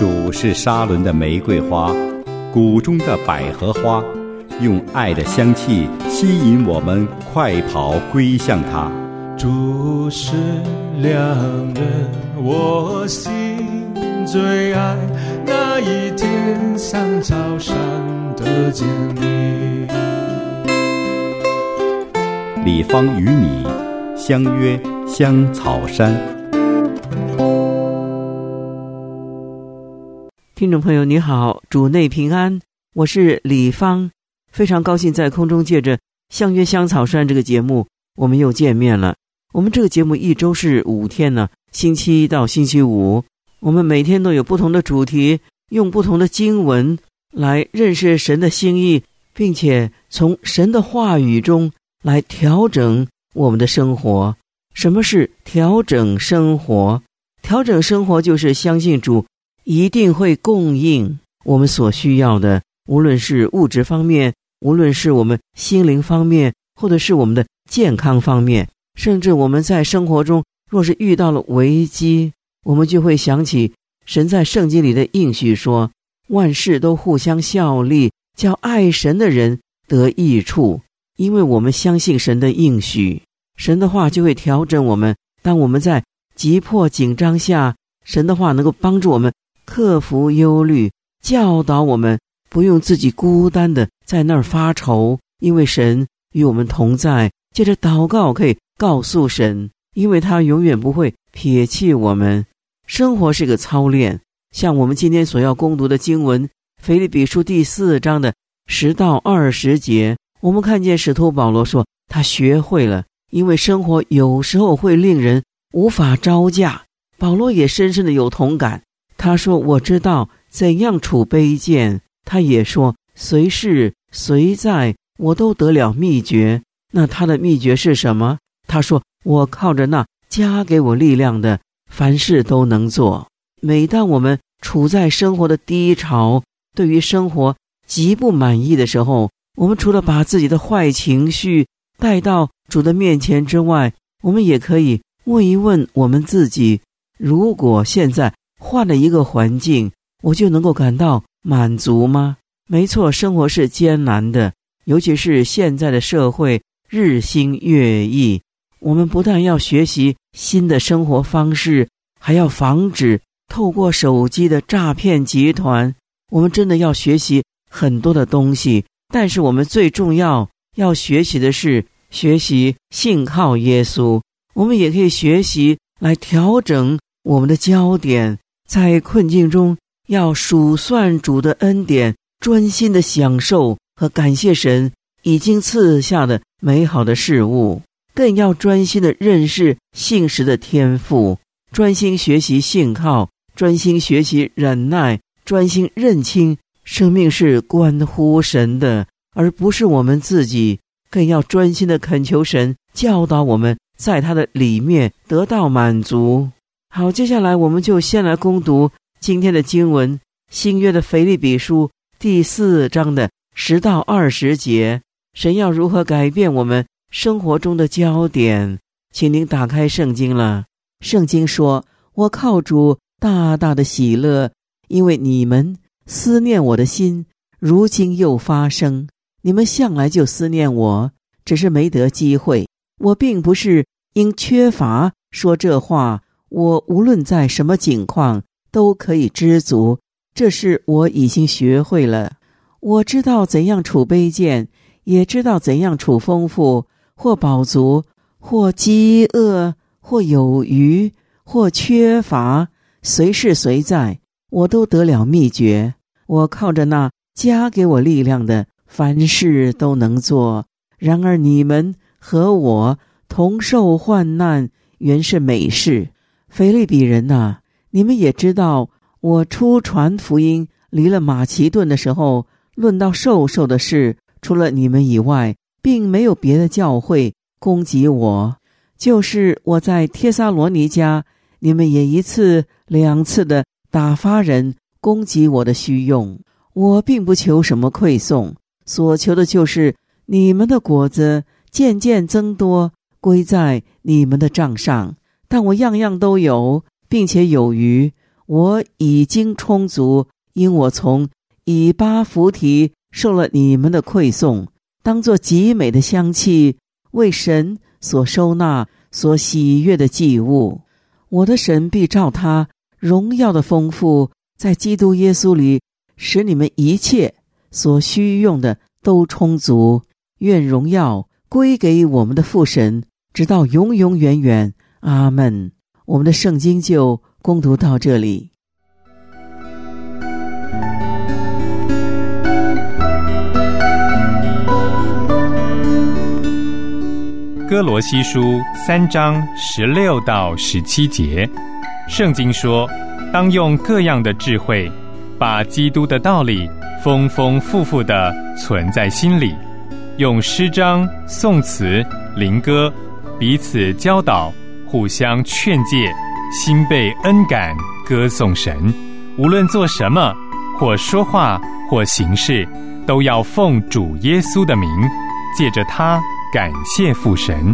主是沙伦的玫瑰花，谷中的百合花，用爱的香气吸引我们快跑归向他。 主是良人，我心最爱，那一天像草上的坚立。 李芳与你相约香草山。 听众朋友你好，主内平安，我是李芳，非常高兴在空中借着相约香草山这个节目我们又见面了。我们这个节目一周是5天呢，星期一到星期五，我们每天都有不同的主题，用不同的经文来认识神的心意，并且从神的话语中来调整我们的生活。什么是调整生活？调整生活就是相信主一定会供应我们所需要的，无论是物质方面，无论是我们心灵方面，或者是我们的健康方面，甚至我们在生活中若是遇到了危机，我们就会想起神在圣经里的应许说，万事都互相效力，叫爱神的人得益处。因为我们相信神的应许，神的话就会调整我们。当我们在急迫紧张下，神的话能够帮助我们克服忧虑，教导我们不用自己孤单的在那儿发愁，因为神与我们同在。借着祷告可以告诉神，因为他永远不会撇弃我们。生活是个操练，像我们今天所要攻读的经文腓立比书第4章的10到20节，我们看见使徒保罗说他学会了，因为生活有时候会令人无法招架。保罗也深深的有同感，他说我知道怎样处卑贱，他也说随事随在我都得了秘诀。那他的秘诀是什么？他说我靠着那加给我力量的，凡事都能做。每当我们处在生活的低潮，对于生活极不满意的时候，我们除了把自己的坏情绪带到主的面前之外，我们也可以问一问我们自己，如果现在换了一个环境，我就能够感到满足吗？没错，生活是艰难的，尤其是现在的社会日新月异，我们不但要学习新的生活方式，还要防止透过手机的诈骗集团。我们真的要学习很多的东西，但是我们最重要要学习的是学习信靠耶稣。我们也可以学习来调整我们的焦点，在困境中要数算主的恩典，专心的享受和感谢神已经赐下的美好的事物，更要专心的认识信实的天赋，专心学习信靠，专心学习忍耐，专心认清生命是关乎神的，而不是我们自己。更要专心的恳求神教导我们在他的里面得到满足。好，接下来我们就先来攻读今天的经文，新约的腓立比书第4章的10到20节。神要如何改变我们生活中的焦点？请您打开圣经了。圣经说，我靠主大大的喜乐，因为你们思念我的心如今又发生。你们向来就思念我，只是没得机会。我并不是因缺乏说这话，我无论在什么境况都可以知足，这是我已经学会了。我知道怎样处卑贱，也知道怎样处丰富，或饱足，或饥饿，或有余，或缺乏，随事随在，我都得了秘诀。我靠着那加给我力量的，凡事都能做。然而你们和我同受患难，原是美事。腓立比人哪，你们也知道，我初传福音离了马其顿的时候，论到授受的事，除了你们以外，并没有别的教会攻击我。就是我在帖撒罗尼迦，你们也1次2次的打发人攻击我的虚用。我并不求什么馈送，所求的就是你们的果子渐渐增多，归在你们的账上。但我样样都有，并且有余。 我已经充足，因我从以巴弗提受了你们的馈送，当作极美的香气，为神所收纳、所喜悦的祭物。我的神必照他荣耀的丰富，在基督耶稣里，使你们一切所需用的都充足。愿荣耀归给我们的父神，直到永永远远。阿们。我们的圣经就攻读到这里。 哥罗西书3章16到17节，圣经说，当用各样的智慧，把基督的道理丰丰富富地存在心里，用诗章、颂词、灵歌彼此教导，互相劝诫，心被恩感，歌颂神。无论做什么，或说话，或行事，都要奉主耶稣的名，借着他感谢父神。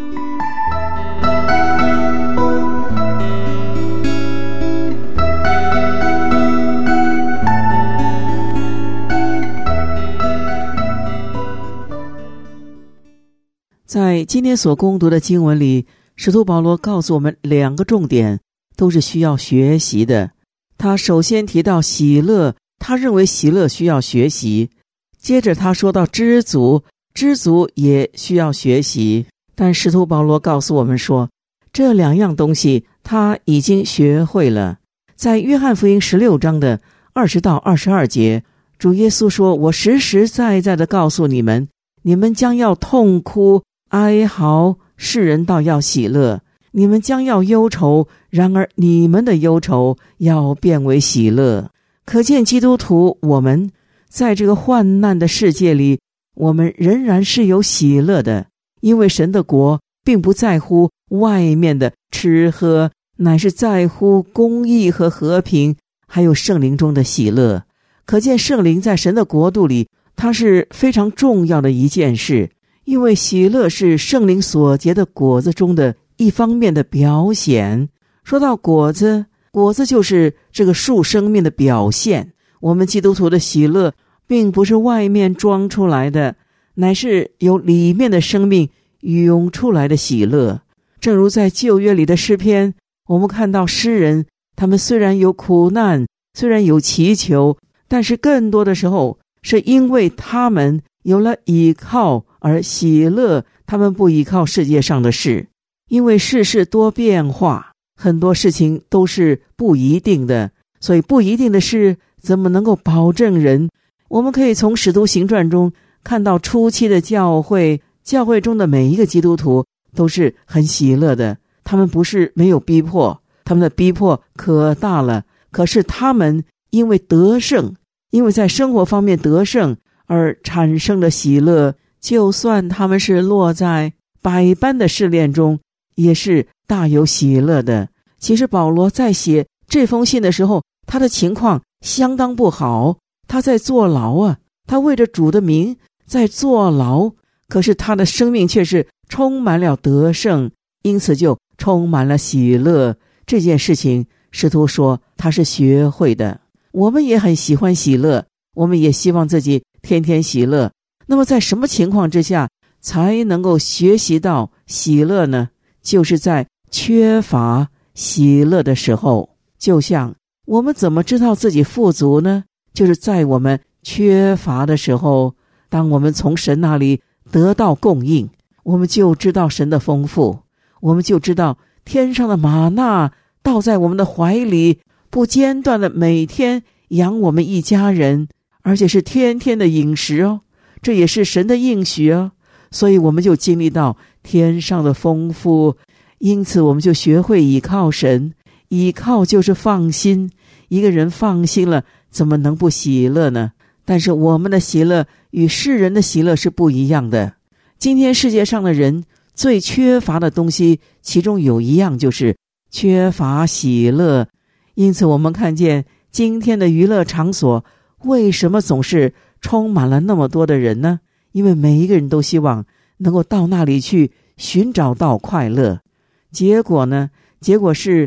在今天所攻读的经文里，使徒保罗告诉我们2个重点，都是需要学习的。他首先提到喜乐，他认为喜乐需要学习。接着他说到知足，知足也需要学习。但使徒保罗告诉我们说，这2样东西他已经学会了。在约翰福音16章的20到22节，主耶稣说，我实实在在的告诉你们，你们将要痛哭哀嚎，世人倒要喜乐；你们将要忧愁，然而你们的忧愁要变为喜乐。可见基督徒，我们在这个患难的世界里，我们仍然是有喜乐的，因为神的国并不在乎外面的吃喝，乃是在乎公义和和平，还有圣灵中的喜乐。可见圣灵在神的国度里，它是非常重要的一件事，因为喜乐是圣灵所结的果子中的一方面的表现。说到果子，果子就是这个树生命的表现。我们基督徒的喜乐并不是外面装出来的，乃是由里面的生命涌出来的喜乐。正如在旧约里的诗篇，我们看到诗人，他们虽然有苦难，虽然有祈求，但是更多的时候是因为他们有了依靠而喜乐，他们不依靠世界上的事。因为世事多变化，很多事情都是不一定的，所以不一定的事怎么能够保证人？我们可以从使徒行传中看到初期的教会中的每一个基督徒都是很喜乐的，他们不是没有逼迫，他们的逼迫可大了，可是他们因为得胜，因为在生活方面得胜而产生的喜乐，就算他们是落在百般的试炼中，也是大有喜乐的。其实保罗在写这封信的时候，他的情况相当不好，他在坐牢啊，他为着主的名在坐牢，可是他的生命却是充满了得胜，因此就充满了喜乐。这件事情使徒说他是学会的。我们也很喜欢喜乐，我们也希望自己天天喜乐。那么在什么情况之下才能够学习到喜乐呢？就是在缺乏喜乐的时候。就像我们怎么知道自己富足呢？就是在我们缺乏的时候，当我们从神那里得到供应，我们就知道神的丰富，我们就知道天上的玛纳倒在我们的怀里，不间断的每天养我们一家人，而且是天天的饮食哦，这也是神的应许哦。所以我们就经历到天上的丰富，因此我们就学会倚靠神。倚靠就是放心，一个人放心了，怎么能不喜乐呢？但是我们的喜乐与世人的喜乐是不一样的。今天世界上的人最缺乏的东西，其中有一样就是缺乏喜乐。因此我们看见今天的娱乐场所为什么总是充满了那么多的人呢？因为每一个人都希望能够到那里去寻找到快乐。结果呢？结果是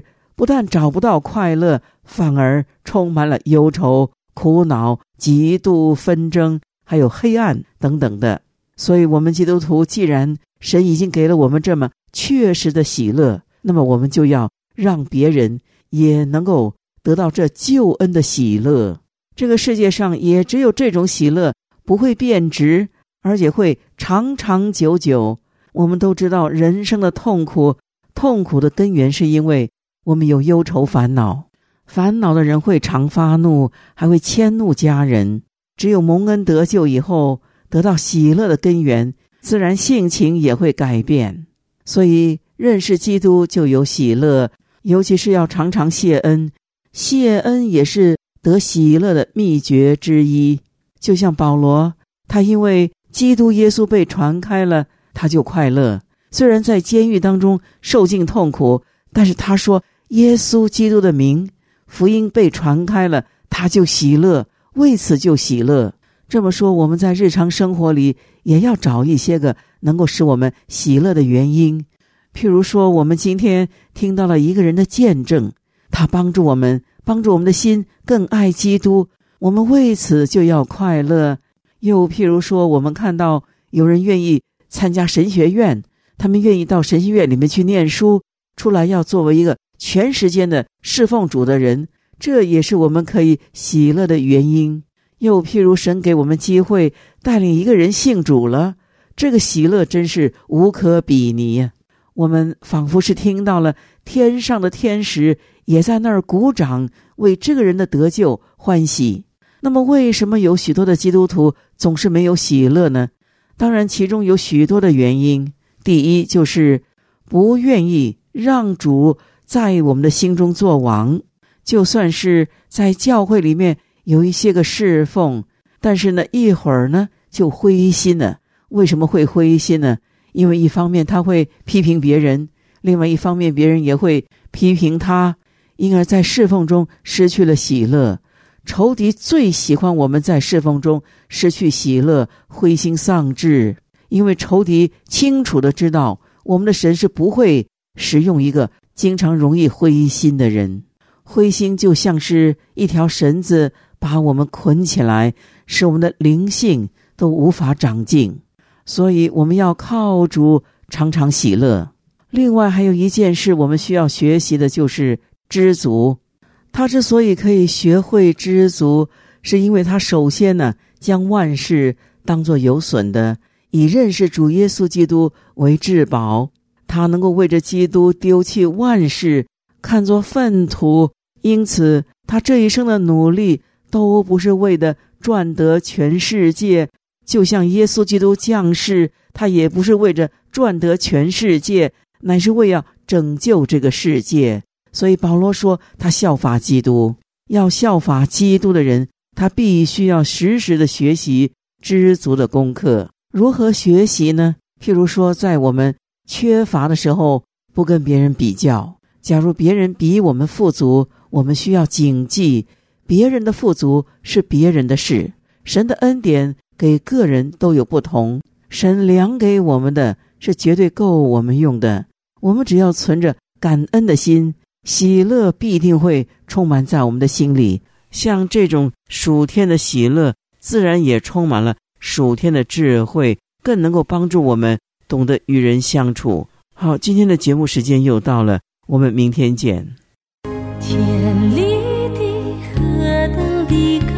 不但找不到快乐，反而充满了忧愁、苦恼、嫉妒、纷争，还有黑暗等等的。所以我们基督徒既然神已经给了我们这么确实的喜乐，那么我们就要让别人也能够得到这救恩的喜乐。这个世界上也只有这种喜乐不会变质，而且会长长久久。我们都知道人生的痛苦的根源是因为我们有忧愁烦恼，烦恼的人会常发怒，还会迁怒家人。只有蒙恩得救以后，得到喜乐的根源，自然性情也会改变。所以认识基督就有喜乐，尤其是要常常谢恩。谢恩也是得喜乐的秘诀之一。就像保罗，他因为基督耶稣被传开了，他就快乐。虽然在监狱当中受尽痛苦，但是他说耶稣基督的名，福音被传开了，他就喜乐，为此就喜乐。这么说，我们在日常生活里也要找一些个能够使我们喜乐的原因。譬如说，我们今天听到了一个人的见证，他帮助我们的心更爱基督，我们为此就要快乐。又譬如说，我们看到有人愿意参加神学院，他们愿意到神学院里面去念书，出来要作为一个全时间的侍奉主的人，这也是我们可以喜乐的原因。又譬如神给我们机会带领一个人信主了，这个喜乐真是无可比拟。我们仿佛是听到了天上的天使也在那儿鼓掌，为这个人的得救欢喜。那么为什么有许多的基督徒总是没有喜乐呢？当然其中有许多的原因。第一，就是不愿意让主在我们的心中作王。就算是在教会里面有一些个侍奉，但是呢一会儿呢就灰心了。为什么会灰心呢？因为一方面他会批评别人，另外一方面别人也会批评他，因而在侍奉中失去了喜乐。仇敌最喜欢我们在侍奉中失去喜乐，灰心丧志，因为仇敌清楚地知道我们的神是不会使用一个经常容易灰心的人。灰心就像是一条绳子把我们捆起来，使我们的灵性都无法长进。所以我们要靠主常常喜乐。另外还有一件事我们需要学习的，就是知足。他之所以可以学会知足，是因为他首先呢将万事当作有损的，以认识主耶稣基督为至宝。他能够为着基督丢弃万事，看作粪土，因此他这一生的努力都不是为了赚得全世界，就像耶稣基督降世，他也不是为着赚得全世界，乃是为要拯救这个世界。所以保罗说他效法基督。要效法基督的人，他必须要时时的学习知足的功课。如何学习呢？譬如说在我们缺乏的时候，不跟别人比较。假如别人比我们富足，我们需要谨记，别人的富足是别人的事，神的恩典给个人都有不同，神量给我们的是绝对够我们用的。我们只要存着感恩的心，喜乐必定会充满在我们的心里。像这种属天的喜乐，自然也充满了属天的智慧，更能够帮助我们懂得与人相处。好，今天的节目时间又到了，我们明天见。 天里的何等的